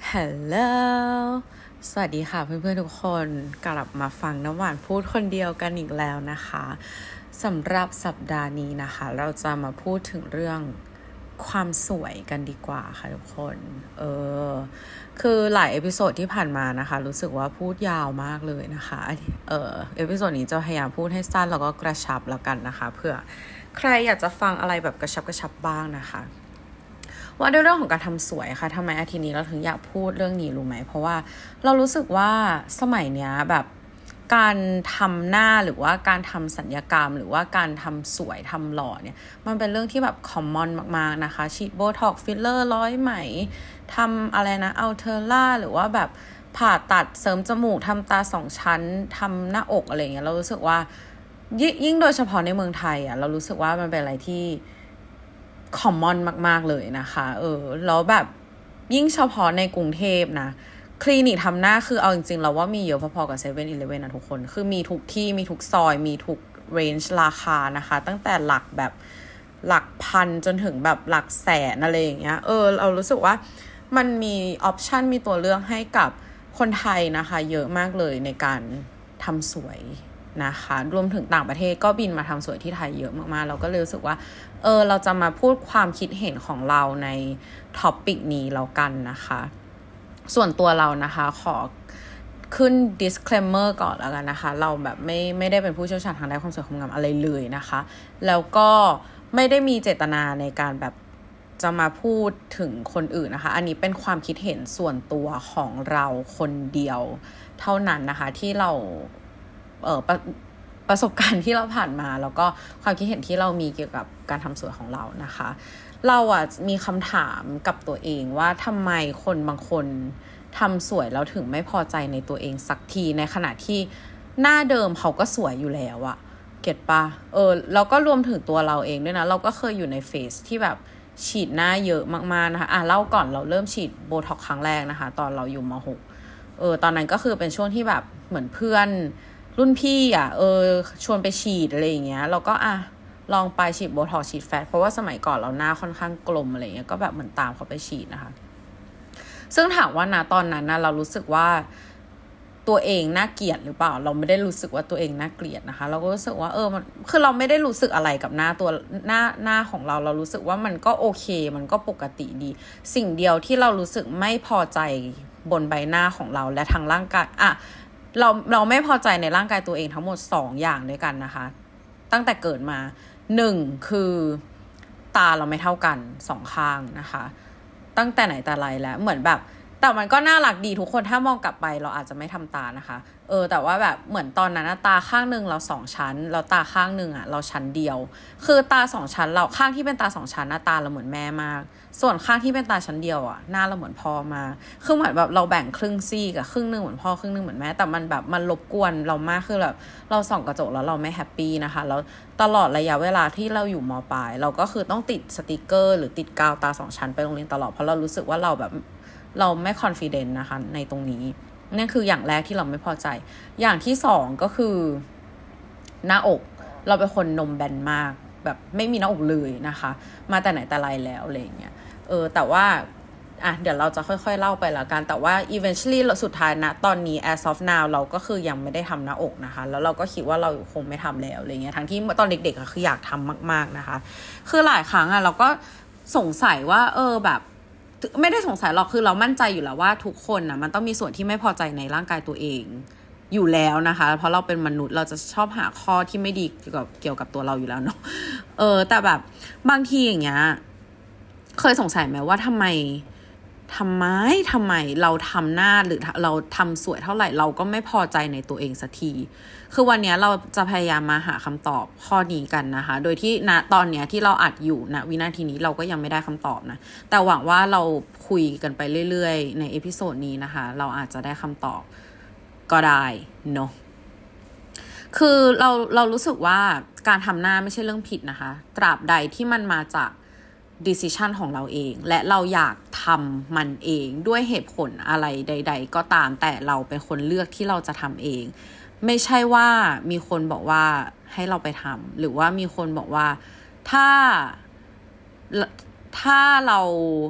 ฮัลโหลสวัสดีค่ะเพื่อนๆทุกคนกลับมาฟังน้ำหวานพูดคนเดียวกันอีกแล้วนะคะสำหรับสัปดาห์นี้นะคะเราจะมาพูดถึงเรื่องความสวยกันดีกว่าค่ะทุกคนคือหลายเอพิโซดที่ผ่านมานะคะรู้สึกว่าพูดยาวมากเลยนะคะเอพิโซดนี้จะพยายามพูดให้สั้นแล้วก็กระชับแล้วกันนะคะเพื่อใครอยากจะฟังอะไรแบบกระชับบ้างนะคะว่าด้วยเรื่องของการทำสวยค่ะทำไมอาทิตย์นี้เราถึงอยากพูดเรื่องนี้รู้ไหมเพราะว่าเรารู้สึกว่าสมัยเนี้ยแบบการทำหน้าหรือว่าการทำศัลยกรรมหรือว่าการทำสวยทำหล่อเนี่ยมันเป็นเรื่องที่แบบคอมมอนมากๆนะคะฉีดโบท็อกซ์ฟิลเลอร์ร้อยไหมทำอะไรนะอัลเทอร่าหรือว่าแบบผ่าตัดเสริมจมูกทำตา2 ชั้นทำหน้าอกอะไรเงี้ยเรารู้สึกว่ายิ่งโดยเฉพาะในเมืองไทยอ่ะเรารู้สึกว่ามันเป็นอะไรที่คอมมอนมากๆเลยนะคะแล้วแบบยิ่งเฉพาะในกรุงเทพนะคลินิกทำหน้าคือเอาจริงๆเราว่ามีเยอะพอๆกับ7-11นะทุกคนคือมีทุกที่มีทุกซอยมีทุกเรนจ์ราคานะคะตั้งแต่หลักแบบหลักพันจนถึงแบบหลักแสนอะไรอย่างเงี้ยเรารู้สึกว่ามันมีออปชันมีตัวเลือกให้กับคนไทยนะคะเยอะมากเลยในการทำสวยนะคะรวมถึงต่างประเทศก็บินมาทำสวยที่ไทยเยอะมากๆเราก็เลยรู้สึกว่าเราจะมาพูดความคิดเห็นของเราในท็อปปิกนี้แล้วกันนะคะส่วนตัวเรานะคะขอขึ้น disclaimer ก่อนแล้วกันนะคะเราแบบไม่ได้เป็นผู้เชี่ยวชาญทางด้านความสวยความงามอะไรเลยนะคะแล้วก็ไม่ได้มีเจตนาในการแบบจะมาพูดถึงคนอื่นนะคะอันนี้เป็นความคิดเห็นส่วนตัวของเราคนเดียวเท่านั้นนะคะที่เราประสบการณ์ที่เราผ่านมาแล้วก็ความคิดเห็นที่เรามีเกี่ยวกับการทำสวยของเรานะคะเรามีคำถามกับตัวเองว่าทำไมคนบางคนทำสวยแล้วถึงไม่พอใจในตัวเองสักทีในขณะที่หน้าเดิมเขาก็สวยอยู่แล้วอะเก็ทปะแล้วก็รวมถึงตัวเราเองด้วยนะเราก็เคยอยู่ในเฟสที่แบบฉีดหน้าเยอะมากๆนะคะเล่าก่อนเราเริ่มฉีดโบท็อกซ์ครั้งแรกนะคะตอนเราอยู่ม.6 ตอนนั้นก็คือเป็นช่วงที่แบบเหมือนเพื่อนรุ่นพี่ชวนไปฉีดอะไรอย่างเงี้ยเราก็ลองไปฉีดโบท็อกซ์ฉีดแฟตเพราะว่าสมัยก่อนเราหน้าค่อนข้างกลมอะไรเงี้ยก็แบบเหมือนตามเขาไปฉีดนะคะซึ่งถามว่านะตอนนั้นนะเรารู้สึกว่าตัวเองน่าเกลียดหรือเปล่าเราไม่ได้รู้สึกว่าตัวเองน่าเกลียดนะคะเราก็รู้สึกว่ามันคือเราไม่ได้รู้สึกอะไรกับหน้าตัวหน้าของเรารู้สึกว่ามันก็โอเคมันก็ปกติดีสิ่งเดียวที่เรารู้สึกไม่พอใจบนใบหน้าของเราและทางร่างกายเราไม่พอใจในร่างกายตัวเองทั้งหมด2 อย่างด้วยกันนะคะตั้งแต่เกิดมา1คือตาเราไม่เท่ากัน2 ข้างนะคะตั้งแต่ไหนแต่ไรแล้วเหมือนแบบแต่มันก็น่ารักดีทุกคนถ้ามองกลับไปเราอาจจะไม่ทำตานะคะแต่ว่าแบบเหมือนตอนนั้นตาข้างนึงเรา2 ชั้นแล้วตาข้างนึงเราชั้นเดียวคือตา2 ชั้นเราข้างที่เป็นตา2 ชั้นตาเราเหมือนแม่มากส่วนข้างที่เป็นตาชั้นเดียวหน้าเราเหมือนพ่อมาคือเหมือนแบบเราแบ่งครึ่งซี่กับครึ่งนึงเหมือนพ่อครึ่งนึงเหมือนแม่แต่มันแบบมันรบกวนเรามากคือแบบเราส่องกระจกแล้วเราไม่แฮปปี้นะคะแล้วตลอดระยะเวลาที่เราอยู่ม.ปลายเราก็คือต้องติดสติกเกอร์หรือติดกาวตา2 ชั้นไปโรงเรียนตลอดเพราะเรารู้สึกว่าเราแบบเราไม่คอนฟิเดนต์นะคะในตรงนี้นั่นคืออย่างแรกที่เราไม่พอใจอย่างที่2ก็คือหน้าอกเราเป็นคนนมแบนมากแบบไม่มีหน้าอกเลยนะคะมาแต่ไหนแต่ไรแล้วอะไรอย่างเงี้ยแต่ว่าเดี๋ยวเราจะค่อยๆเล่าไปแล้วกันแต่ว่า eventually สุดท้ายนะตอนนี้ as of now เราก็คือยังไม่ได้ทำหน้าอกนะคะแล้วเราก็คิดว่าเราคงไม่ทำแล้วอะไรเงี้ยทั้งที่ตอนเด็กๆคืออยากทำมากๆนะคะคือหลายครั้งเราก็สงสัยว่าแบบไม่ได้สงสัยหรอกคือเรามั่นใจอยู่แล้วว่าทุกคนมันต้องมีส่วนที่ไม่พอใจในร่างกายตัวเองอยู่แล้วนะคะเพราะเราเป็นมนุษย์เราจะชอบหาข้อที่ไม่ดีเกี่ยวกับตัวเราอยู่แล้วเนาะแต่แบบบางทีอย่างเงี้ยเคยสงสัยไหมว่าทำไมเราทำหน้าหรือเราทำสวยเท่าไหร่เราก็ไม่พอใจในตัวเองสักทีคือวันนี้เราจะพยายามมาหาคำตอบข้อนี้กันนะคะโดยที่ตอนนี้ที่เราอัดอยู่วินาทีนี้เราก็ยังไม่ได้คำตอบนะแต่หวังว่าเราคุยกันไปเรื่อยๆในเอพิโซดนี้นะคะเราอาจจะได้คำตอบก็ได้เนาะคือเรารู้สึกว่าการทำหน้าไม่ใช่เรื่องผิดนะคะตราบใดที่มันมาจากdecision ของเราเองและเราอยากทำมันเองด้วยเหตุผลอะไรใดๆก็ตามแต่เราเป็นคนเลือกที่เราจะทำเองไม่ใช่ว่ามีคนบอกว่าให้เราไปทำหรือว่ามีคนบอกว่าถ้าเรา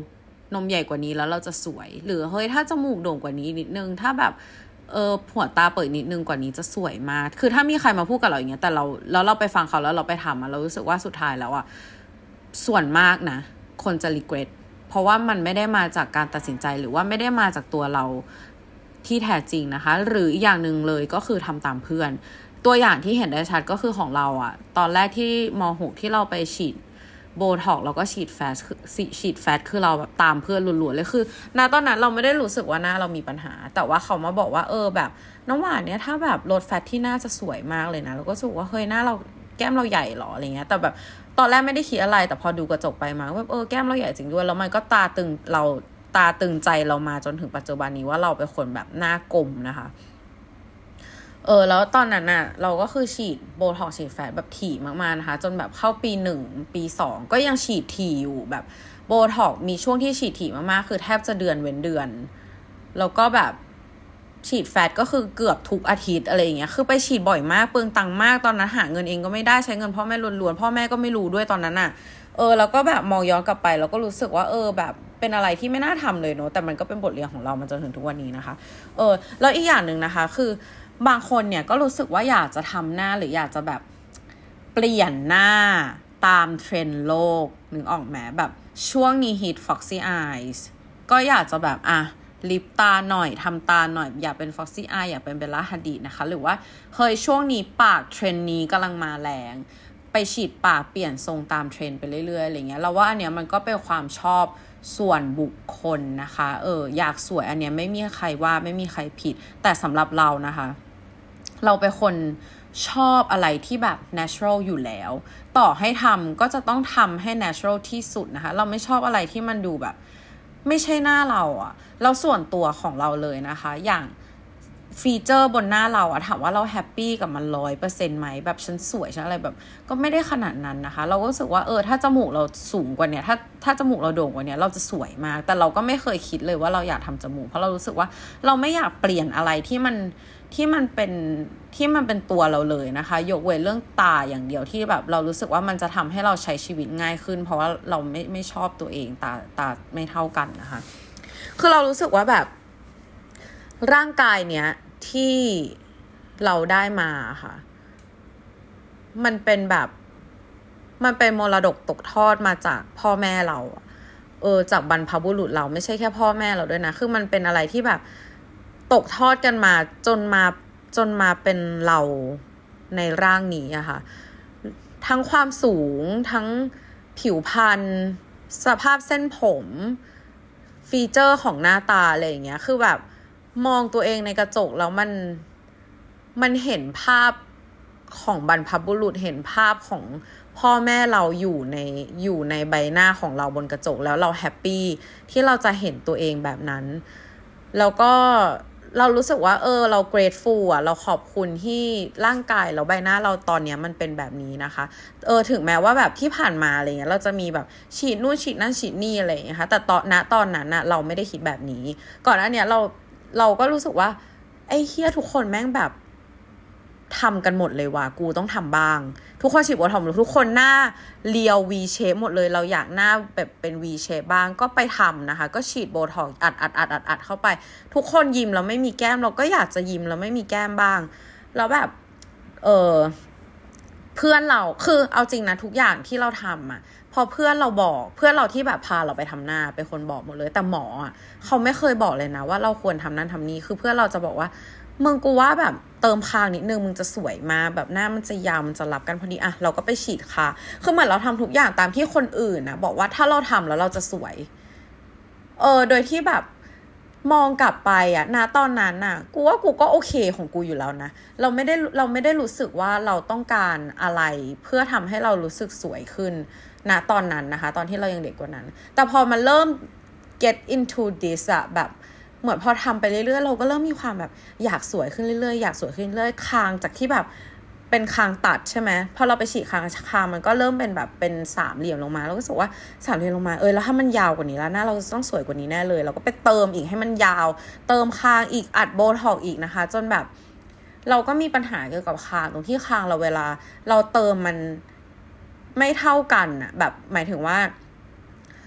นมใหญ่กว่านี้แล้วเราจะสวยหรือเฮ้ยถ้าจมูกโด่งกว่านี้นิดนึงถ้าแบบหัวตาเปิดนิดนึงกว่านี้จะสวยมากคือถ้ามีใครมาพูดกับเราอย่างเงี้ยแต่เราไปฟังเขาแล้วเราไปทำเรารู้สึกว่าสุดท้ายแล้วส่วนมากนะคนจะ regret เพราะว่ามันไม่ได้มาจากการตัดสินใจหรือว่าไม่ได้มาจากตัวเราที่แท้จริงนะคะหรืออีกอย่างหนึ่งเลยก็คือทำตามเพื่อนตัวอย่างที่เห็นได้ชัดก็คือของเราตอนแรกที่ม.6 ที่เราไปฉีดโบท็อกแล้วก็ฉีดแฟตคือเราแบบตามเพื่อนล้วนๆเลยคือณตอนนั้นเราไม่ได้รู้สึกว่าหน้าเรามีปัญหาแต่ว่าเขามาบอกว่าแบบน้องหวานเนี่ยถ้าแบบลดแฟตที่หน้าจะสวยมากเลยนะเราก็รู้สึกว่าเฮ้ยหน้าเราแก้มเราใหญ่หรออะไรเงี้ยแต่แบบตอนแรกไม่ได้คิดอะไรแต่พอดูกระจกไปมาแบบแก้มเราใหญ่จริงด้วยแล้วมันก็ตาตึงใจเรามาจนถึงปัจจุบันนี้ว่าเราเป็นคนแบบหน้ากลมนะคะแล้วตอนนั้นน่ะเราก็คือฉีดโบท็อกฉีดแฟตแบบถี่มากๆนะคะจนแบบเข้าปี1ปี2ก็ยังฉีดถี่อยู่แบบโบท็อกมีช่วงที่ฉีดถี่มากๆคือแทบจะเดือนเว้นเดือนแล้วก็แบบฉีดแฟตก็คือเกือบทุกอาทิตย์อะไรอย่างเงี้ยคือไปฉีดบ่อยมากเปลืองตังค์มากตอนนั้นหาเงินเองก็ไม่ได้ใช้เงินพ่อแม่ล้วนๆพ่อแม่ก็ไม่รู้ด้วยตอนนั้นน่ะแล้วก็แบบมองย้อนกลับไปแล้วก็รู้สึกว่าแบบเป็นอะไรที่ไม่น่าทำเลยเนอะแต่มันก็เป็นบทเรียนของเรามาจนถึงทุกวันนี้นะคะแล้วอีกอย่างหนึ่งนะคะคือบางคนเนี่ยก็รู้สึกว่าอยากจะทำหน้าหรืออยากจะแบบเปลี่ยนหน้าตามเทรนด์โลกนึกออกไหมแบบช่วงนี้ฮิต Foxy Eyes ก็อยากจะแบบลิปตาหน่อยทำตาหน่อยอยากเป็น Foxy Eye อยากเป็นเบลล่าฮาดิดนะคะหรือว่าเฮ้ยช่วงนี้ปากเทรนด์นี้กำลังมาแรงไปฉีดปากเปลี่ยนทรงตามเทรนด์ไปเรื่อยๆอะไรเงี้ยเราว่าอันเนี้ยมันก็เป็นความชอบส่วนบุคคลนะคะอยากสวยอันเนี้ยไม่มีใครว่าไม่มีใครผิดแต่สำหรับเรานะคะเราเป็นคนชอบอะไรที่แบบ natural อยู่แล้วต่อให้ทำก็จะต้องทำให้ natural ที่สุดนะคะเราไม่ชอบอะไรที่มันดูแบบไม่ใช่หน้าเราแล้วส่วนตัวของเราเลยนะคะอย่างฟีเจอร์บนหน้าเราถามว่าเราแฮปปี้กับมัน 100% ไหมแบบฉันสวยฉันอะไรแบบก็ไม่ได้ขนาดนั้นนะคะเราก็รู้สึกว่าถ้าจมูกเราสูงกว่านี้ถ้าจมูกเราโด่งกว่านี้เราจะสวยมากแต่เราก็ไม่เคยคิดเลยว่าเราอยากทำจมูกเพราะเรารู้สึกว่าเราไม่อยากเปลี่ยนอะไรที่มันเป็นตัวเราเลยนะคะยกเว้นเรื่องตาอย่างเดียวที่แบบเรารู้สึกว่ามันจะทำให้เราใช้ชีวิตง่ายขึ้นเพราะว่าเราไม่ชอบตัวเองตาไม่เท่ากันนะคะคือเรารู้สึกว่าแบบร่างกายเนี้ยที่เราได้มาค่ะมันเป็นมรดกตกทอดมาจากพ่อแม่เราจากบรรพบุรุษเราไม่ใช่แค่พ่อแม่เราด้วยนะคือมันเป็นอะไรที่แบบตกทอดกันมาจนมาเป็นเราในร่างนี้อะค่ะทั้งความสูงทั้งผิวพรรณสภาพเส้นผมฟีเจอร์ของหน้าตาอะไรอย่างเงี้ยคือแบบมองตัวเองในกระจกแล้วมันเห็นภาพของบรรพบุรุษเห็นภาพของพ่อแม่เราอยู่ในใบหน้าของเราบนกระจกแล้วเราแฮปปี้ที่เราจะเห็นตัวเองแบบนั้นแล้วก็เรารู้สึกว่าเรา grateful เราขอบคุณที่ร่างกายเราใบหน้าเราตอนนี้มันเป็นแบบนี้นะคะถึงแม้ว่าแบบที่ผ่านมาอะไรเงี้ยเราจะมีแบบฉีดนู่นฉีดนั่นฉีดนี่อะไรอย่างเงี้ยค่ะแต่ตอนนั้นน่ะเราไม่ได้คิดแบบนี้ก่อนหน้านี้เราก็รู้สึกว่าไอ้เหี้ยทุกคนแม่งแบบทำกันหมดเลยว่ะกูต้องทำบ้างทุกคนฉีดโบท็อกซ์ทุกคนหน้าเรียว V shape หมดเลยเราอยากหน้าแบบเป็น V shape บ้างก็ไปทำนะคะก็ฉีดโบท็อกซ์อัดเข้าไปทุกคนยิ้มแล้วไม่มีแก้มเราก็อยากจะยิ้มแล้วไม่มีแก้มบ้างแล้วแบบเพื่อนเราคือเอาจริงนะทุกอย่างที่เราทำพอเพื่อนเราบอกเพื่อนเราที่แบบพาเราไปทำหน้าเป็นคนบอกหมดเลยแต่หมอเขาไม่เคยบอกเลยนะว่าเราควรทำนั่นทำนี่คือเพื่อนเราจะบอกว่ามึงกูว่าแบบเติมคางนิดนึงมึงจะสวยมากแบบหน้ามันจะยาวมันจะรับกันพอดีเราก็ไปฉีดคางคือเหมือนเราทำทุกอย่างตามที่คนอื่นนะบอกว่าถ้าเราทำแล้วเราจะสวยโดยที่แบบมองกลับไปณตอนนั้นกูว่ากูก็โอเคของกูอยู่แล้วนะเราไม่ได้รู้สึกว่าเราต้องการอะไรเพื่อทำให้เรารู้สึกสวยขึ้นณตอนนั้นนะคะตอนที่เรายังเด็กกว่านั้นแต่พอมันเริ่ม get into this แบบเหมือนพอทำไปเรื่อยๆเราก็เริ่มมีความแบบอยากสวยขึ้นเรื่อยๆอยากสวยขึ้นเรื่อยๆคางจากที่แบบเป็นคางตัดใช่ไหมพอเราไปฉีดคางมันก็เริ่มเป็นแบบเป็นสามเหลี่ยมลงมาแล้วก็รู้สึกว่าสามเหลี่ยมลงมาแล้วถ้ามันยาวกว่านี้แล้วหน้าเราจะต้องสวยกว่านี้แน่เลยเราก็ไปเติมอีกให้มันยาวเติมคางอีกอัดโบท็อกซ์อีกนะคะจนแบบเราก็มีปัญหาเกี่ยวกับคางตรงที่คางเราเวลาเราเติมมันไม่เท่ากันแบบหมายถึงว่า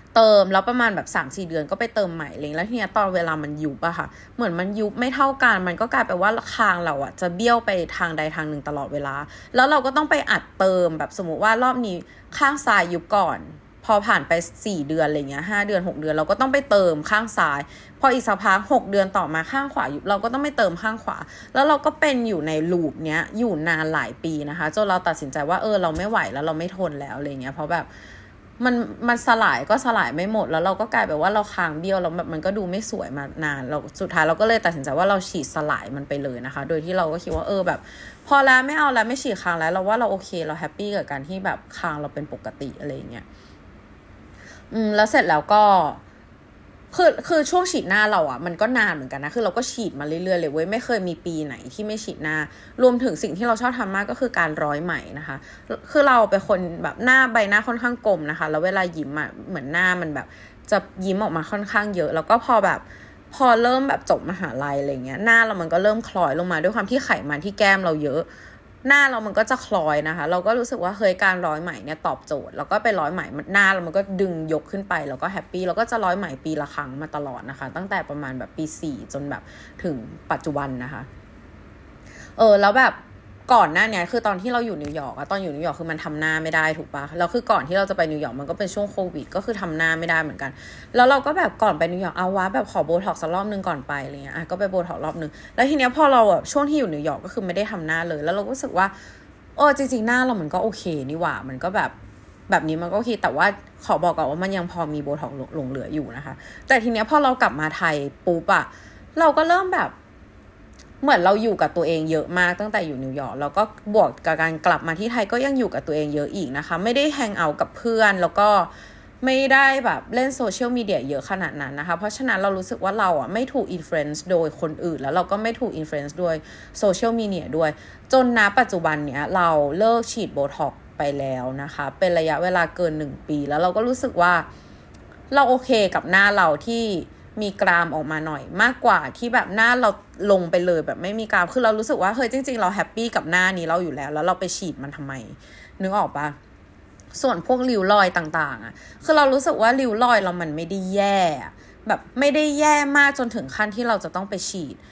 เติมแล้วประมาณแบบ 3-4 เดือนก็ไปเติมใหม่เลยแล้วทีเนี้ยตอนเวลามันยุบอะค่ะเหมือนมันยุบไม่เท่ากันมันก็กลายเป็นว่าคางเราอะจะเบี้ยวไปทางใดทางหนึ่งตลอดเวลาแล้วเราก็ต้องไปอัดเติมแบบสมมุติว่ารอบนี้ข้างซ้ายยุบก่อนพอผ่านไป4เดือนอะไรเงี้ย5เดือน6เดือนเราก็ต้องไปเติมข้างซ้ายพออีกสักพัก6เดือนต่อมาข้างขวายุบเราก็ต้องไปเติมข้างขวาแล้วเราก็เป็นอยู่ในลูปเนี้ยอยู่นานหลายปีนะคะจนเราตัดสินใจว่าเราไม่ไหวแล้วเราไม่ทนแล้วอะไรเงี้ยเพราะแบบมันสลายก็สลายไม่หมดแล้วเราก็กลายแบบว่าเราคางเบี้ยวแล้วแบบมันก็ดูไม่สวยมานานเราสุดท้ายเราก็เลยตัดสินใจว่าเราฉีดสลายมันไปเลยนะคะโดยที่เราก็คิดว่าแบบพอแล้วไม่เอาแล้วไม่ฉีดคางแล้วเราว่าเราโอเคเราแฮปปี้กับการที่แบบคางเราเป็นปกติอะไรเงี้ยแล้วเสร็จแล้วก็คือช่วงฉีดหน้าเราอ่ะมันก็นานเหมือนกันนะคือเราก็ฉีดมาเรื่อยๆเลยเว้ยไม่เคยมีปีไหนที่ไม่ฉีดหน้ารวมถึงสิ่งที่เราชอบทำมากก็คือการร้อยไหมนะคะคือเราเป็นคนแบบใบหน้าค่อนข้างกลมนะคะแล้วเวลายิ้มอ่ะเหมือนหน้ามันแบบจะยิ้มออกมาค่อนข้างเยอะแล้วก็พอเริ่มแบบจบมหาลัยอะไรเงี้ยหน้าเรามันก็เริ่มคล้อยลงมาด้วยความที่ไขมันที่แก้มเราเยอะหน้าเรามันก็จะคล้อยนะคะเราก็รู้สึกว่าเฮ้ยการร้อยไหมเนี่ยตอบโจทย์แล้วก็ไปร้อยไหมหน้าเรามันก็ดึงยกขึ้นไปแล้วก็แฮปปี้เราก็จะร้อยไหมปีละครั้งมาตลอดนะคะตั้งแต่ประมาณแบบปี4จนแบบถึงปัจจุบันนะคะแล้วแบบก่อนหน้านี้คือตอนที่เราอยู่นิวยอร์กตอนอยู่นิวยอร์กคือมันทำหน้าไม่ได้ถูกปะแล้วคือก่อนที่เราจะไปนิวยอร์กมันก็เป็นช่วงโควิดก็คือทำหน้าไม่ได้เหมือนกันแล้วเราก็แบบก่อนไปนิวยอร์กเอาวะแบบขอโบท็อกซ์สักรอบนึงก่อนไปอะไรเงี้ยก็ไปโบท็อกซ์รอบนึงแล้วทีเนี้ยพอเราแบบช่วงที่อยู่นิวยอร์กก็คือไม่ได้ทำหน้าเลยแล้วเราก็รู้สึกว่าจริงๆหน้าเรามันก็โอเคนี่หว่ามันก็แบบนี้มันก็โอเคแต่ว่าขอบอกก่อนว่ามันยังพอมีโบท็อกซ์หลงเหลืออยู่นะคะแต่ทีเนี้ยพอเรากลับมาไทยปุ๊บอะเราก็เริ่มแบบเหมือนเราอยู่กับตัวเองเยอะมากตั้งแต่อยู่นิวยอร์กแล้วก็บวกกับการกลับมาที่ไทยก็ยังอยู่กับตัวเองเยอะอีกนะคะไม่ได้แฮงเอาท์กับเพื่อนแล้วก็ไม่ได้แบบเล่นโซเชียลมีเดียเยอะขนาดนั้นนะคะเพราะฉะนั้นเรารู้สึกว่าเราไม่ถูกอินฟลูเอนซ์โดยคนอื่นแล้วเราก็ไม่ถูกอินฟลูเอนซ์โดยโซเชียลมีเดียด้วยจนณปัจจุบันเนี้ยเราเลิกฉีดโบท็อกซ์ไปแล้วนะคะเป็นระยะเวลาเกิน1ปีแล้วเราก็รู้สึกว่าเราโอเคกับหน้าเราที่มีกรามออกมาหน่อยมากกว่าที่แบบหน้าเราลงไปเลยแบบไม่มีกรามคือเรารู้สึกว่าเฮ้ยจริงๆเราแฮปปี้กับหน้านี้เราอยู่แล้วเราไปฉีดมันทำไมนึกออกปะส่วนพวกริ้วรอยต่างๆคือเรารู้สึกว่าริ้วรอยเรามันไม่ได้แย่แบบไม่ได้แย่มากจนถึงขั้นที่เราจะต้องไปฉีด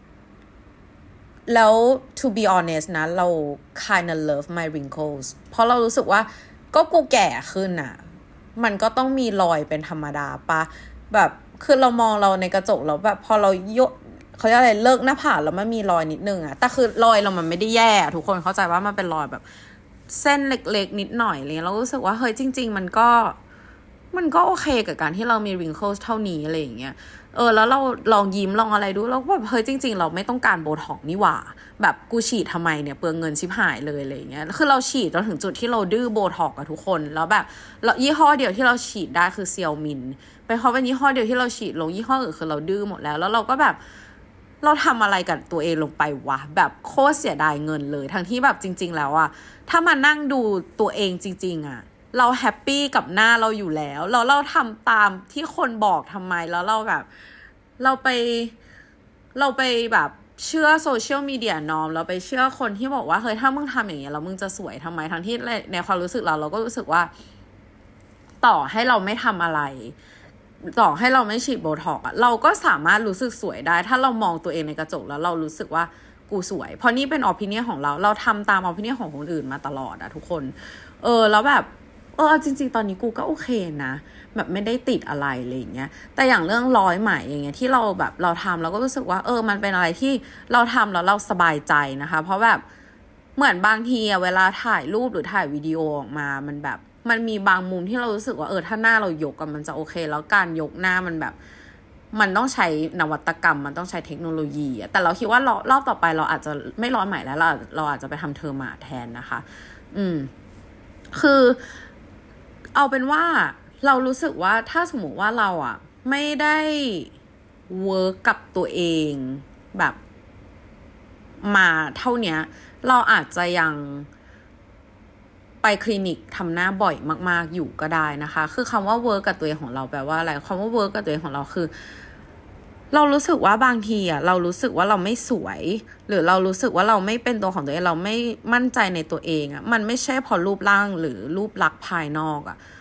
แล้ว to be honest นะเรา kinda love my wrinkles เพราะเรารู้สึกว่าก็กูแก่ขึ้นมันก็ต้องมีรอยเป็นธรรมดาปะแบบคือเรามองเราในกระจกแล้วแบบพอเราเขาเรียกอะไรเลิกหน้าผากแล้วมันมีรอยนิดนึงแต่คือรอยเรามันไม่ได้แย่ทุกคนเข้าใจว่ามันเป็นรอยแบบเส้นเล็กๆนิดหน่อยอะไรเรารู้สึกว่าเฮ้ยจริงๆมันก็โอเคกับการที่เรามี wrinkles เท่านี้อะไรอย่างเงี้ยแล้วเราลองยิ้มลองอะไรดูแล้วแบบเฮ้ยจริงๆเราไม่ต้องการโบท็อกซ์นี่หว่าแบบกูฉีดทำไมเนี่ยเปลืองเงินชิบหายเลยอะไรอย่างเงี้ยคือเราฉีดจนถึงจุดที่เราดื้อโบท็อกซ์กับทุกคนแล้วแบบยี่ห้อเดียวที่เราฉีดได้คือเซียวมินเพราะเป็นยี่ห้อเดียวที่เราฉีดลงยี่ห้ออื่นคือเราดื้อหมดแล้วเราก็แบบเราทำอะไรกับตัวเองลงไปวะแบบโคตรเสียดายเงินเลยทั้งที่แบบจริงๆแล้วถ้ามานั่งดูตัวเองจริงๆเราแฮปปี้กับหน้าเราอยู่แล้วเราทำตามที่คนบอกทำไมแล้วเราแบบเราไปแบบเชื่อโซเชียลมีเดียนอมเราไปเชื่อคนที่บอกว่าเฮ้ยถ้ามึงทำอย่างเงี้ยแล้วมึงจะสวยทำไมทั้งที่ในความรู้สึกเราก็รู้สึกว่าต่อให้เราไม่ทำอะไรต่อให้เราไม่ฉีดโบท็อกซ์เราก็สามารถรู้สึกสวยได้ถ้าเรามองตัวเองในกระจกแล้วเรารู้สึกว่ากูสวยเพราะนี่เป็นopinionของเราทำตาม opinionของคนอื่นมาตลอดทุกคนแล้วแบบจริงๆตอนนี้กูก็โอเคนะแบบไม่ได้ติดอะไรอะไรอย่างเงี้ยแต่อย่างเรื่องร้อยไหมอย่างเงี้ยที่เราแบบเราทำเราก็รู้สึกว่ามันเป็นอะไรที่เราทำแล้วเราสบายใจนะคะเพราะแบบเหมือนบางทีเวลาถ่ายรูปหรือถ่ายวิดีโอออกมามันแบบมันมีบางมุมที่เรารู้สึกว่าถ้าหน้าเรายกมันจะโอเคแล้วการยกหน้ามันแบบมันต้องใช้นวัตกรรมมันต้องใช้เทคโนโลยีแต่เราคิดว่ารอบต่อไปเราอาจจะไม่ร้อยไหมแล้วเราอาจจะไปทำเทอร์มาแทนนะคะคือเอาเป็นว่าเรารู้สึกว่าถ้าสมมติว่าเราไม่ได้เวิร์กกับตัวเองแบบมาเท่านี้เราอาจจะยังไปคลินิกทำหน้าบ่อยมากๆอยู่ก็ได้นะคะคือคำว่าเวิร์กกับตัวเองของเราแปลว่าอะไรคำว่าเวิร์กกับตัวเองของเราคือเรารู้สึกว่าบางทีเรารู้สึกว่าเราไม่สวยหรือเรารู้สึกว่าเราไม่เป็นตัวของตัวเองเราไม่มั่นใจในตัวเองมันไม่ใช่เพราะรูปร่างหรือรูปลักษณ์ภายนอก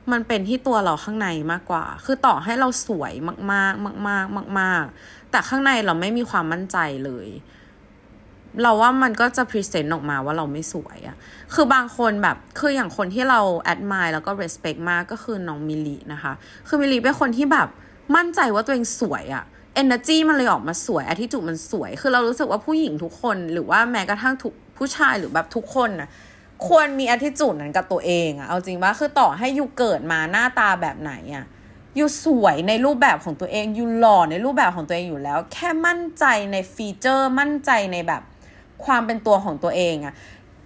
มันเป็นที่ตัวเราข้างในมากกว่าคือต่อให้เราสวยมากๆมากๆมากๆแต่ข้างในเราไม่มีความมั่นใจเลยเราว่ามันก็จะพรีเซนต์ออกมาว่าเราไม่สวยอะคือบางคนแบบคืออย่างคนที่เรา admire แล้วก็ respect มากก็คือน้องมิลลินะคะคือมิลลิเป็นคนที่แบบมั่นใจว่าตัวเองสวยอะ energy มันเลยออกมาสวย attitude มันสวยคือเรารู้สึกว่าผู้หญิงทุกคนหรือว่าแม้กระทั่งทุกผู้ชายหรือแบบทุกคนนะควรมี attitude นั้นกับตัวเองอะเอาจริงว่าคือต่อให้อยู่เกิดมาหน้าตาแบบไหนอะอยู่สวยในรูปแบบของตัวเองอยู่หล่อในรูปแบบของตัวเองอยู่แล้วแค่มั่นใจในฟีเจอร์มั่นใจในแบบความเป็นตัวของตัวเองอะ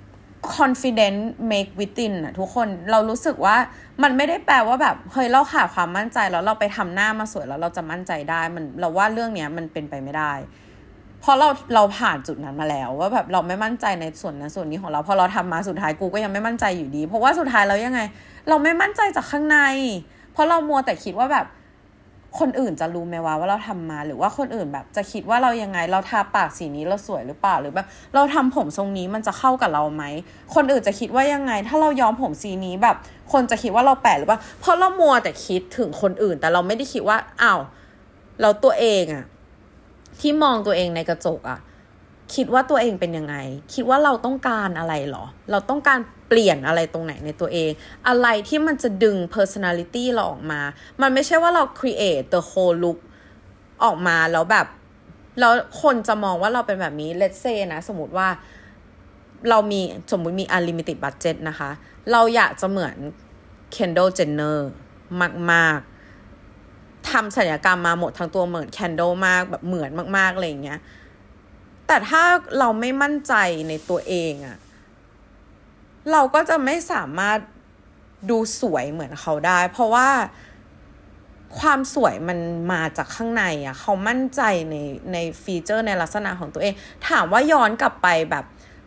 confident make within อะทุกคนเรารู้สึกว่ามันไม่ได้แปลว่าแบบเฮ้ยเราขาดความมั่นใจแล้วเราไปทำหน้ามาสวยแล้วเราจะมั่นใจได้มันเราว่าเรื่องเนี้ยมันเป็นไปไม่ได้เพราะเราผ่านจุดนั้นมาแล้วว่าแบบเราไม่มั่นใจในส่วนนั้นส่วนนี้ของเราพอเราทำมาสุดท้ายกูก็ยังไม่มั่นใจอยู่ดีเพราะว่าสุดท้ายแล้วยังไงเราไม่มั่นใจจากข้างในเพราะเรามัวแต่คิดว่าแบบคนอื่นจะรู้ไหมว่าเราทำมาหรือว่าคนอื่นแบบจะคิดว่าเรายังไงเราทาปากสีนี้เราสวยหรือเปล่าหรือแบบเราทำผมทรงนี้มันจะเข้ากับเราไหมคนอื่นจะคิดว่ายังไงถ้าเราย้อมผมสีนี้แบบคนจะคิดว่าเราแปลกหรือเปล่าเพราะเรามัวแต่คิดถึงคนอื่นแต่เราไม่ได้คิดว่าอ้าวเราตัวเองอะที่มองตัวเองในกระจกอะคิดว่าตัวเองเป็นยังไงคิดว่าเราต้องการอะไรหรอเราต้องการเปลี่ยนอะไรตรงไหนในตัวเองอะไรที่มันจะดึง personality เราออกมามันไม่ใช่ว่าเรา create the whole look ออกมาแล้วแบบแล้วคนจะมองว่าเราเป็นแบบนี้ let's say นะสมมติว่าเรามีสมมุติมี unlimited budget นะคะเราอยากจะเหมือน Kendall Jenner มากๆทำศัลยกรรมมาหมดทั้งตัวเหมือน Kendall มากแบบเหมือนมากๆอะไรอย่างเงี้ยแต่ถ้าเราไม่มั่นใจในตัวเองอะเราก็จะไม่สามารถดูสวยเหมือนเขาได้เพราะว่าความสวยมันมาจากข้างในอะเขามั่นใจในฟีเจอร์ในลักษณะของตัวเองถามว่าย้อนกลับไปแบบ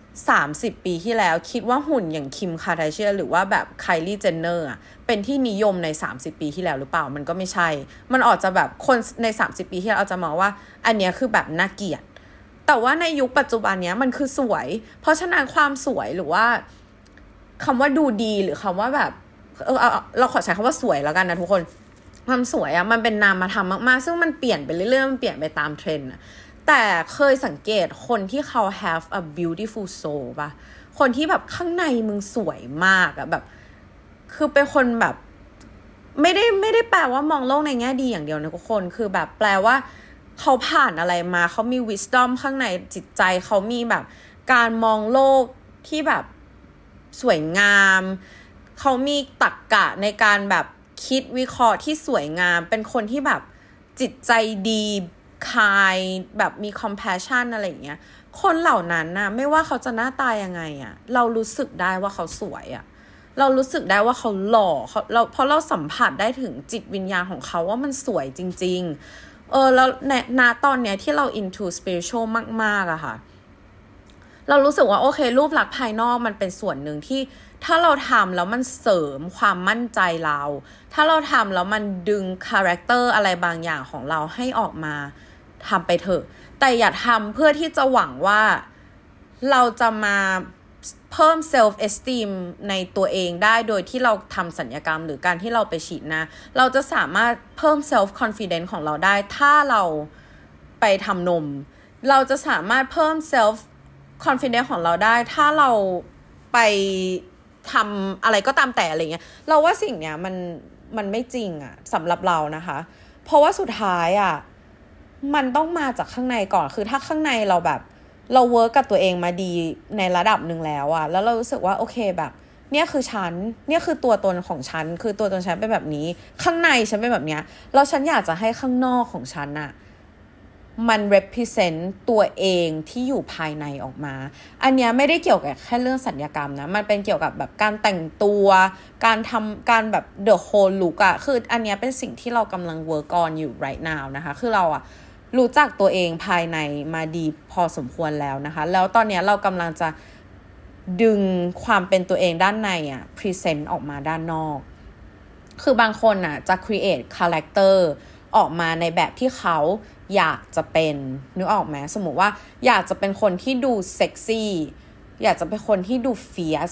30ปีที่แล้วคิดว่าหุ่นอย่างคิมคาร์ดาเชียนหรือว่าแบบไคลี่เจนเนอร์อะเป็นที่นิยมใน30ปีที่แล้วหรือเปล่ามันก็ไม่ใช่มันอาจจะแบบคนใน30ปีที่แล้วอาจจะมองว่าอันเนี้ยคือแบบน่าเกลียดแต่ว่าในยุคปัจจุบันเนี้ยมันคือสวยเพราะฉะนั้นความสวยหรือว่าคำว่าดูดีหรือคำว่าแบบเราขอใช้คำว่าสวยแล้วกันนะทุกคนความสวยอะมันเป็นนามธรรมมากๆซึ่งมันเปลี่ยนไปเรื่อยๆมันเปลี่ยนไปตามเทรนด์แต่เคยสังเกตคนที่เขา have a beautiful soul ป่ะคนที่แบบข้างในมึงสวยมากอะแบบคือเป็นคนแบบไม่ได้แปลว่ามองโลกในแง่ดีอย่างเดียวนะทุกคนคือแบบแปลว่าเขาผ่านอะไรมาเขามี wisdom ข้างในจิตใจเขามีแบบการมองโลกที่แบบสวยงามเขามีตรรกะในการแบบคิดวิเคราะห์ที่สวยงามเป็นคนที่แบบจิตใจดีคายแบบมี compassion อะไรอย่างเงี้ยคนเหล่านั้นนะไม่ว่าเขาจะหน้าตายังไงอะเรารู้สึกได้ว่าเขาสวยอะเรารู้สึกได้ว่าเขาหล่อเพราะเราสัมผัสได้ถึงจิตวิญญาณของเขาว่ามันสวยจริงๆแล้วณตอนเนี้ยที่เรา into spiritual มากๆอะค่ะเรารู้สึกว่าโอเครูปลักษณ์ภายนอกมันเป็นส่วนหนึ่งที่ถ้าเราทำแล้วมันเสริมความมั่นใจเราถ้าเราทำแล้วมันดึงคาแรคเตอร์อะไรบางอย่างของเราให้ออกมาทำไปเถอะแต่อย่าทำเพื่อที่จะหวังว่าเราจะมาเพิ่ม self esteem ในตัวเองได้โดยที่เราทำศัลยกรรมหรือการที่เราไปฉีดนะเราจะสามารถเพิ่ม self confidence ของเราได้ถ้าเราไปทำนมเราจะสามารถเพิ่ม self confidence ของเราได้ถ้าเราไปทำอะไรก็ตามแต่อะไรเงี้ยเราว่าสิ่งเนี้ยมันไม่จริงอะสำหรับเรานะคะเพราะว่าสุดท้ายอะมันต้องมาจากข้างในก่อนคือถ้าข้างในเราแบบเราเวิร์กกับตัวเองมาดีในระดับหนึ่งแล้วอะแล้วเรารู้สึกว่าโอเคแบบเนี่ยคือฉันเนี่ยคือตัวตนของฉันคือตัวตนฉันเป็นแบบนี้ข้างในฉันเป็นแบบเนี้ยแล้วฉันอยากจะให้ข้างนอกของฉันอะมัน represent ตัวเองที่อยู่ภายในออกมาอันเนี้ยไม่ได้เกี่ยวกับแค่เรื่องสัญญกรรมนะมันเป็นเกี่ยวกับแบบการแต่งตัวการทำการแบบ the whole look อะคืออันเนี้ยเป็นสิ่งที่เรากำลัง work on อยู่ right now นะคะคือเราอะรู้จักตัวเองภายในมาดีพอสมควรแล้วนะคะแล้วตอนนี้เรากำลังจะดึงความเป็นตัวเองด้านในอะ present ออกมาด้านนอกคือบางคนอะจะ create character ออกมาในแบบที่เขาอยากจะเป็นนึกออกไหมสมมติว่าอยากจะเป็นคนที่ดูเซ็กซี่อยากจะเป็นคนที่ดูเฟียส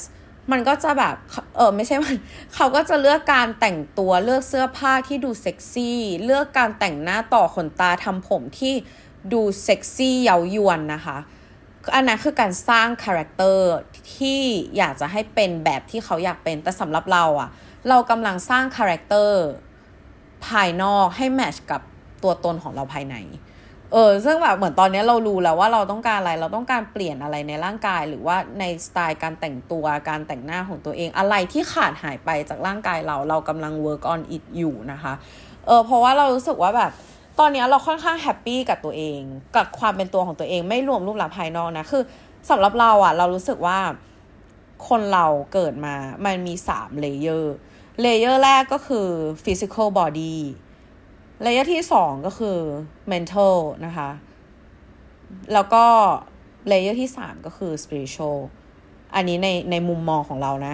มันก็จะแบบไม่ใช่มันเขาก็จะเลือกการแต่งตัวเลือกเสื้อผ้าที่ดูเซ็กซี่เลือกการแต่งหน้าต่อขนตาทำผมที่ดูเซ็กซี่เย้ายวนนะคะอันนั้นคือการสร้างคาแรคเตอร์ที่อยากจะให้เป็นแบบที่เขาอยากเป็นแต่สำหรับเราอะเรากำลังสร้างคาแรคเตอร์ภายนอกให้แมทช์กับตัวตนของเราภายในซึ่งแบบเหมือนตอนนี้เรารู้แล้วว่าเราต้องการอะไรเราต้องการเปลี่ยนอะไรในร่างกายหรือว่าในสไตล์การแต่งตัวการแต่งหน้าของตัวเองอะไรที่ขาดหายไปจากร่างกายเรากำลัง work on it อยู่นะคะเพราะว่าเรารู้สึกว่าแบบตอนนี้เราค่อนข้างแฮปปี้กับตัวเองกับความเป็นตัวของตัวเองไม่รวมรูปลักษณ์ภายนอกนะคือสำหรับเราอะเรารู้สึกว่าคนเราเกิดมามันมี3เลเยอร์แรกก็คือ physical bodyเลเยอร์ที่2ก็คือ mental นะคะแล้วก็เลเยอร์ที่3ก็คือ spiritual อันนี้ในมุมมองของเรานะ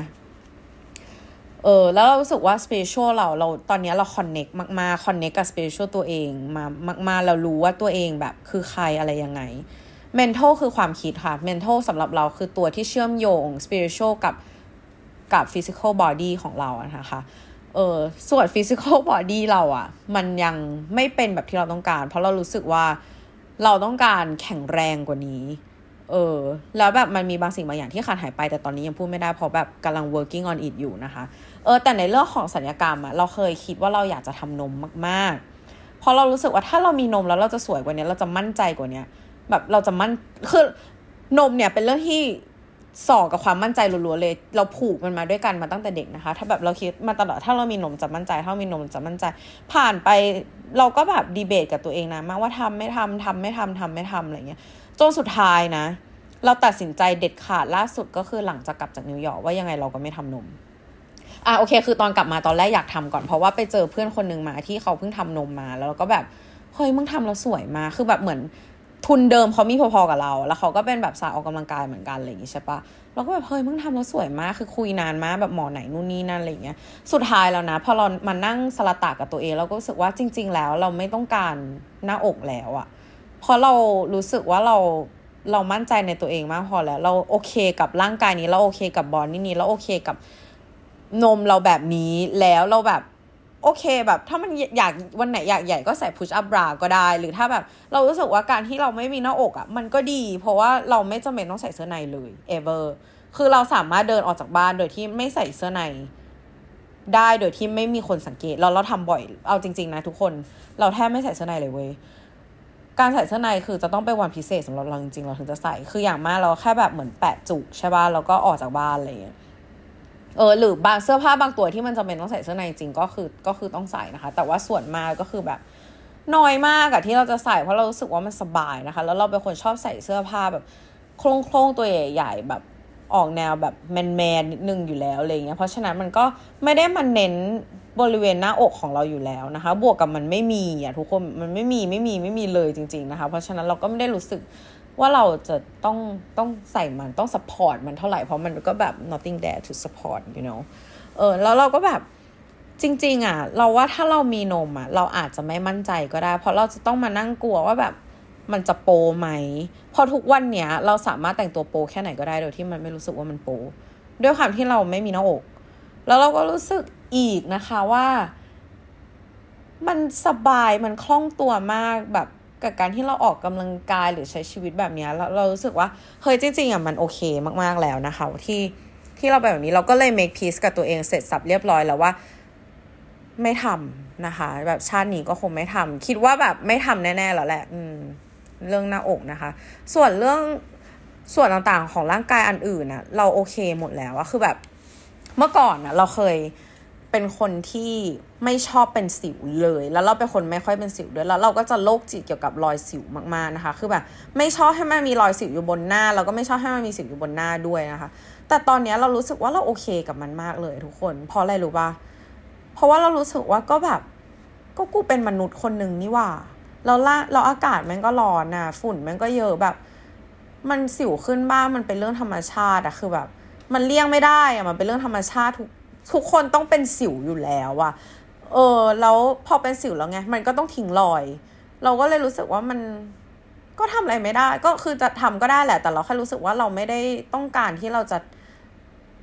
แล้วเรารู้สึกว่า spiritual เราตอนนี้เรา connect มากๆ connect กับ spiritual ตัวเองมากๆเรารู้ว่าตัวเองแบบคือใครอะไรยังไง mental คือความคิดค่ะ mental สำหรับเราคือตัวที่เชื่อมโยง spiritual กับ physical body ของเราอะนะคะส่วน physical body เราอะมันยังไม่เป็นแบบที่เราต้องการเพราะเรารู้สึกว่าเราต้องการแข็งแรงกว่านี้แล้วแบบมันมีบางสิ่งบางอย่างที่ขาดหายไปแต่ตอนนี้ยังพูดไม่ได้เพราะแบบกำลัง working on it อยู่นะคะแต่ในเรื่องของศัลยกรรมอะเราเคยคิดว่าเราอยากจะทำนมมากๆเพราะเรารู้สึกว่าถ้าเรามีนมแล้วเราจะสวยกว่านี้เราจะมั่นใจกว่านี้แบบเราจะคือนมเนี่ยเป็นเรื่องที่สอกับความมั่นใจล้วนๆเลยเราผูกมันมาด้วยกันมาตั้งแต่เด็กนะคะถ้าแบบเราคิดมาตลอดถ้าเรามีนมจะมั่นใจถ้ามีนมจะมั่นใจผ่านไปเราก็แบบดีเบตกับตัวเองนะมากว่าทำไม่ทำอะไรเงี้ยจนสุดท้ายนะเราตัดสินใจเด็ดขาดล่าสุดก็คือหลังจากกลับจากนิวยอร์กว่ายังไงเราก็ไม่ทำนมโอเคคือตอนกลับมาตอนแรกอยากทำก่อนเพราะว่าไปเจอเพื่อนคนนึงมาที่เขาเพิ่งทำนมมาแล้วก็แบบเฮ้ยมึงทำแล้วสวยมากคือแบบเหมือนทุนเดิมเขามีพอๆกับเราแล้วเขาก็เป็นแบบสายออกกำลังกายเหมือนกันอะไรอย่างงี้ใช่ปะเราก็แบบเฮ้ยมึงทำแล้วสวยมากคือคุยนานมากแบบหมอไหนนู่นนี่นั่นอะไรอย่างเงี้ยสุดท้ายแล้วนะพอเรามานั่งสลัดตากับตัวเองเราก็รู้สึกว่าจริงๆแล้วเราไม่ต้องการหน้าอกแล้วอะเพราะเรารู้สึกว่าเรามั่นใจในตัวเองมากพอแล้วเราโอเคกับร่างกายนี้เราโอเคกับบอดี้นี้เราโอเคกับนมเราแบบนี้แล้วเราแบบโอเคแบบถ้ามันอยากวันไหนอยากใหญ่ก็ใส่ push up bra ก็ได้หรือถ้าแบบเรารู้สึกว่าการที่เราไม่มีหน้าอกมันก็ดีเพราะว่าเราไม่จำเป็นต้องใส่เสื้อในเลย ever คือเราสามารถเดินออกจากบ้านโดยที่ไม่ใส่เสื้อในได้โดยที่ไม่มีคนสังเกตเราทำบ่อยเอาจริงๆนะทุกคนเราแทบไม่ใส่เสื้อในเลยเว้ยการใส่เสื้อในคือจะต้องเป็นวันพิเศษสำหรับเราจริงๆเราถึงจะใส่คืออย่างมากเราแค่แบบเหมือนแปะจุกใช่ป่ะแล้วก็ออกจากบ้านอะไรอย่างเงี้ยหรือบางเสื้อผ้าบางตัวที่มันจำเป็นต้องใส่เสื้อในจริงก็คือต้องใส่นะคะแต่ว่าส่วนมากก็คือแบบน้อยมากอะที่เราจะใส่เพราะเรารู้สึกว่ามันสบายนะคะแล้วเราเป็นคนชอบใส่เสื้อผ้าแบบโคร่งๆตัวใหญ่ๆแบบออกแนวแบบแมนๆนิดนึงอยู่แล้วอะไรเงี้ยเพราะฉะนั้นมันก็ไม่ได้มันเน้นบริเวณหน้าอกของเราอยู่แล้วนะคะบวกกับมันไม่มีอ่ะทุกคนมันไม่มีเลยจริงๆนะคะเพราะฉะนั้นเราก็ไม่ได้รู้สึกว่าเราจะต้องใส่มันต้อง support มันเท่าไหร่เพราะมันก็แบบ nothing there to support you know แล้วเราก็แบบจริงๆอ่ะเราว่าถ้าเรามีนมอ่ะเราอาจจะไม่มั่นใจก็ได้เพราะเราจะต้องมานั่งกลัวว่าแบบมันจะโปไหมพอทุกวันเนี้ยเราสามารถแต่งตัวโปแค่ไหนก็ได้โดยที่มันไม่รู้สึกว่ามันโปด้วยความที่เราไม่มีหน้าอกแล้วเราก็รู้สึกอีกนะคะว่ามันสบายมันคล่องตัวมากแบบกับการที่เราออกกำลังกายหรือใช้ชีวิตแบบนี้เรารู้สึกว่าเฮ้ยจริงๆอ่ะมันโอเคมากๆแล้วนะคะที่เราไปแบบนี้เราก็เลย make peace กับตัวเองเสร็จสับเรียบร้อยแล้วว่าไม่ทำนะคะแบบชาตินี้ก็คงไม่ทำคิดว่าแบบไม่ทำแน่ๆแล้วแหละเรื่องหน้าอกนะคะส่วนเรื่องส่วนต่างๆของร่างกายอันอื่นน่ะเราโอเคหมดแล้วอะคือแบบเมื่อก่อนน่ะเราเคยเป็นคนที่ไม่ชอบเป็นสิวเลยแล้วเราเป็นคนไม่ค่อยเป็นสิวด้วยแล้วเราก็จะโรคจิตเกี่ยวกับรอยสิวมากๆนะคะคือแบบไม่ชอบให้มันมีรอยสิวอยู่บนหน้าแล้วก็ไม่ชอบให้มันมีสิวอยู่บนหน้าด้วยนะคะแต่ตอนนี้เรารู้สึกว่าเราโอเคกับมันมากเลยทุกคนเพราะอะไรรู้ป่ะเพราะว่าเรารู้สึกว่าก็แบบก็กูเป็นมนุษย์คนนึงนี่หว่าเราอากาศมันก็ร้อนน่ะฝุ่นมันก็เยอะแบบมันสิวขึ้นบ้างมันเป็นเรื่องธรรมชาติอะคือแบบมันเลี่ยงไม่ได้อะมันเป็นเรื่องธรรมชาติทุกคนต้องเป็นสิวอยู่แล้วอะแล้วพอเป็นสิวแล้วไงมันก็ต้องทิ้งรอยเราก็เลยรู้สึกว่ามันก็ทำอะไรไม่ได้ก็คือจะทำก็ได้แหละแต่เราแค่รู้สึกว่าเราไม่ได้ต้องการที่เราจะ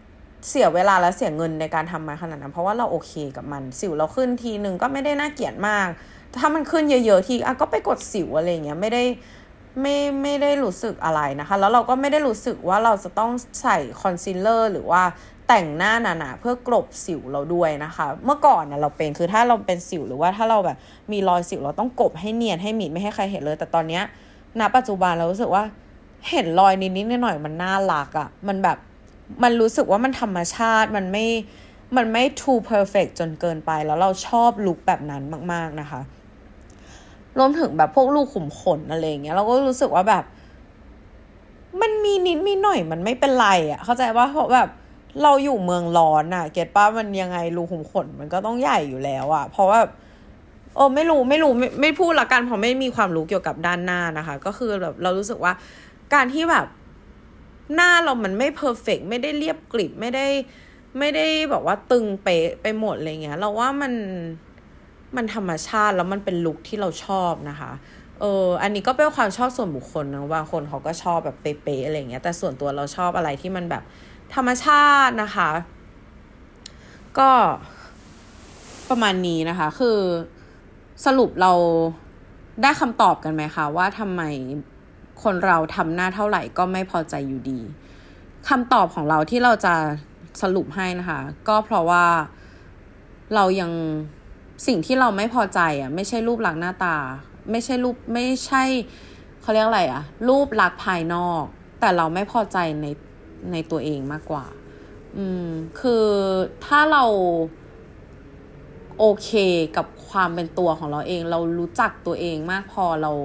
เสียเวลาและเสียเงินในการทำมาขนาดนั้นเพราะว่าเราโอเคกับมันสิวเราขึ้นทีนึงก็ไม่ได้น่าเกลียดมากถ้ามันขึ้นเยอะๆทีก็ไปกดสิวอะไรเงี้ยไม่ได้รู้สึกอะไรนะคะแล้วเราก็ไม่ได้รู้สึกว่าเราจะต้องใส่คอนซีลเลอร์หรือว่าแต่งหน้าหนาๆเพื่อกลบสิวเราด้วยนะคะเมื่อก่อนนะเราเป็นคือถ้าเราเป็นสิวหรือว่าถ้าเราแบบมีรอยสิวเราต้องกลบให้เนียนให้มิดไม่ให้ใครเห็นเลยแต่ตอนเนี้ยณปัจจุบันเรารู้สึกว่าเห็นรอยนิดๆหน่อยๆมันน่ารักอ่ะมันแบบมันรู้สึกว่ามันธรรมชาติมันไม่ too perfect จนเกินไปแล้วเราชอบลุคแบบนั้นมากๆนะคะรวมถึงแบบพวกลูกขุมขนอะไรอย่างเงี้ยเราก็รู้สึกว่าแบบมันมีนิดมีหน่อยมันไม่เป็นไรอ่ะเข้าใจว่าเพราะแบบเราอยู่เมืองร้อนอ่ะเก็ทป่ะมันยังไงรูขุมขนมันก็ต้องใหญ่อยู่แล้วอ่ะเพราะว่าไม่รู้ไม่พูดละกันเพราะไม่มีความรู้เกี่ยวกับด้านหน้านะคะก็คือแบบเรารู้สึกว่าการที่แบบหน้าเรามันไม่เพอร์เฟกต์ไม่ได้เรียบกริบไม่ได้แบบว่าตึงเป๊ะไปหมดอะไรเงี้ยเราว่ามันธรรมชาติแล้วมันเป็นลุคที่เราชอบนะคะอันนี้ก็เป็นความชอบส่วนบุคคลนะบางคนเขาก็ชอบแบบเป๊ะๆอะไรเงี้ยแต่ส่วนตัวเราชอบอะไรที่มันแบบธรรมชาตินะคะก็ประมาณนี้นะคะคือสรุปเราได้คำตอบกันไหมคะว่าทำไมคนเราทำหน้าเท่าไหร่ก็ไม่พอใจอยู่ดีคำตอบของเราที่เราจะสรุปให้นะคะก็เพราะว่าเรายังสิ่งที่เราไม่พอใจอ่ะไม่ใช่รูปลักษณ์หน้าตาไม่ใช่เขาเรียกอะไรอ่ะรูปลักษณ์ภายนอกแต่เราไม่พอใจในตัวเองมากกว่าคือถ้าเราโอเคกับความเป็นตัวของเราเองเรารู้จักตัวเองมากพอเรา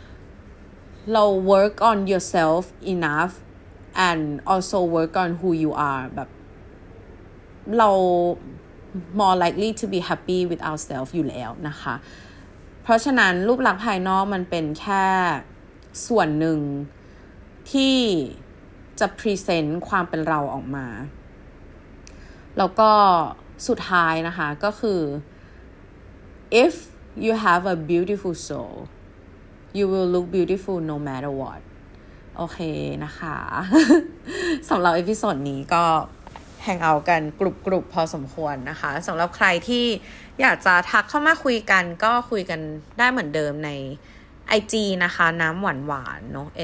work on yourself enough and also work on who you are แบบเรา more likely to be happy with ourselves อยู่แล้วนะคะเพราะฉะนั้นรูปลักษณ์ภายนอกมันเป็นแค่ส่วนหนึ่งที่จะ present ความเป็นเราออกมาแล้วก็สุดท้ายนะคะก็คือ if you have a beautiful soul you will look beautiful no matter what โอเคนะคะ สำหรับเอพิโซดนี้ก็แฮงเอาท์กันกลุ่มพอสมควรนะคะสำหรับใครที่อยากจะทักเข้ามาคุยกันก็คุยกันได้เหมือนเดิมใน IG นะคะน้ำหวานเนาะ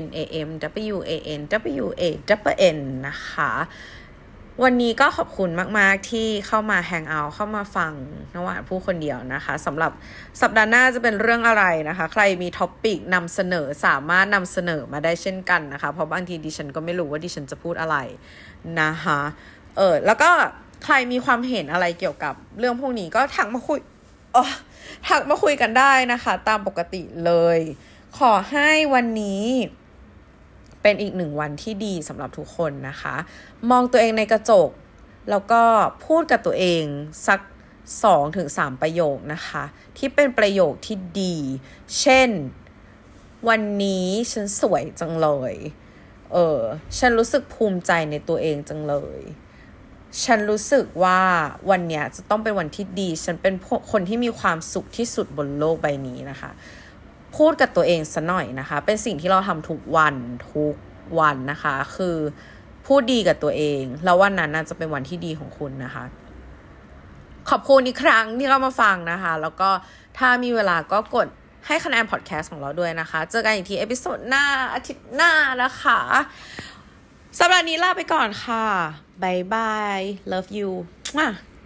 NAMWANWAN นะคะวันนี้ก็ขอบคุณมากๆที่เข้ามาแฮงเอาท์เข้ามาฟังน้ำหวานพูดคนเดียวนะคะสำหรับสัปดาห์หน้าจะเป็นเรื่องอะไรนะคะใครมีท็อปปิกนำเสนอสามารถนำเสนอมาได้เช่นกันนะคะเพราะบางทีดิฉันก็ไม่รู้ว่าดิฉันจะพูดอะไรนะคะแล้วก็ใครมีความเห็นอะไรเกี่ยวกับเรื่องพวกนี้ก็ทักมาคุยกันได้นะคะตามปกติเลยขอให้วันนี้เป็นอีกหนึ่งวันที่ดีสำหรับทุกคนนะคะมองตัวเองในกระจกแล้วก็พูดกับตัวเองสัก 2-3 ประโยคนะคะที่เป็นประโยคที่ดีเช่นวันนี้ฉันสวยจังเลยฉันรู้สึกภูมิใจในตัวเองจังเลยฉันรู้สึกว่าวันเนี้ยจะต้องเป็นวันที่ดีฉันเป็นคนที่มีความสุขที่สุดบนโลกใบนี้นะคะพูดกับตัวเองซะหน่อยนะคะเป็นสิ่งที่เราทำทุกวันนะคะคือพูดดีกับตัวเองแล้ววันนั้นน่าจะเป็นวันที่ดีของคุณนะคะขอบคุณอีกครั้งที่เข้ามาฟังนะคะแล้วก็ถ้ามีเวลาก็กดให้คะแนนพอดแคสต์ของเราด้วยนะคะเจอกันอีกทีเอพิโซดหน้าอาทิตย์หน้านะคะสัปดาห์นี้ลาไปก่อนค่ะบายบาย love you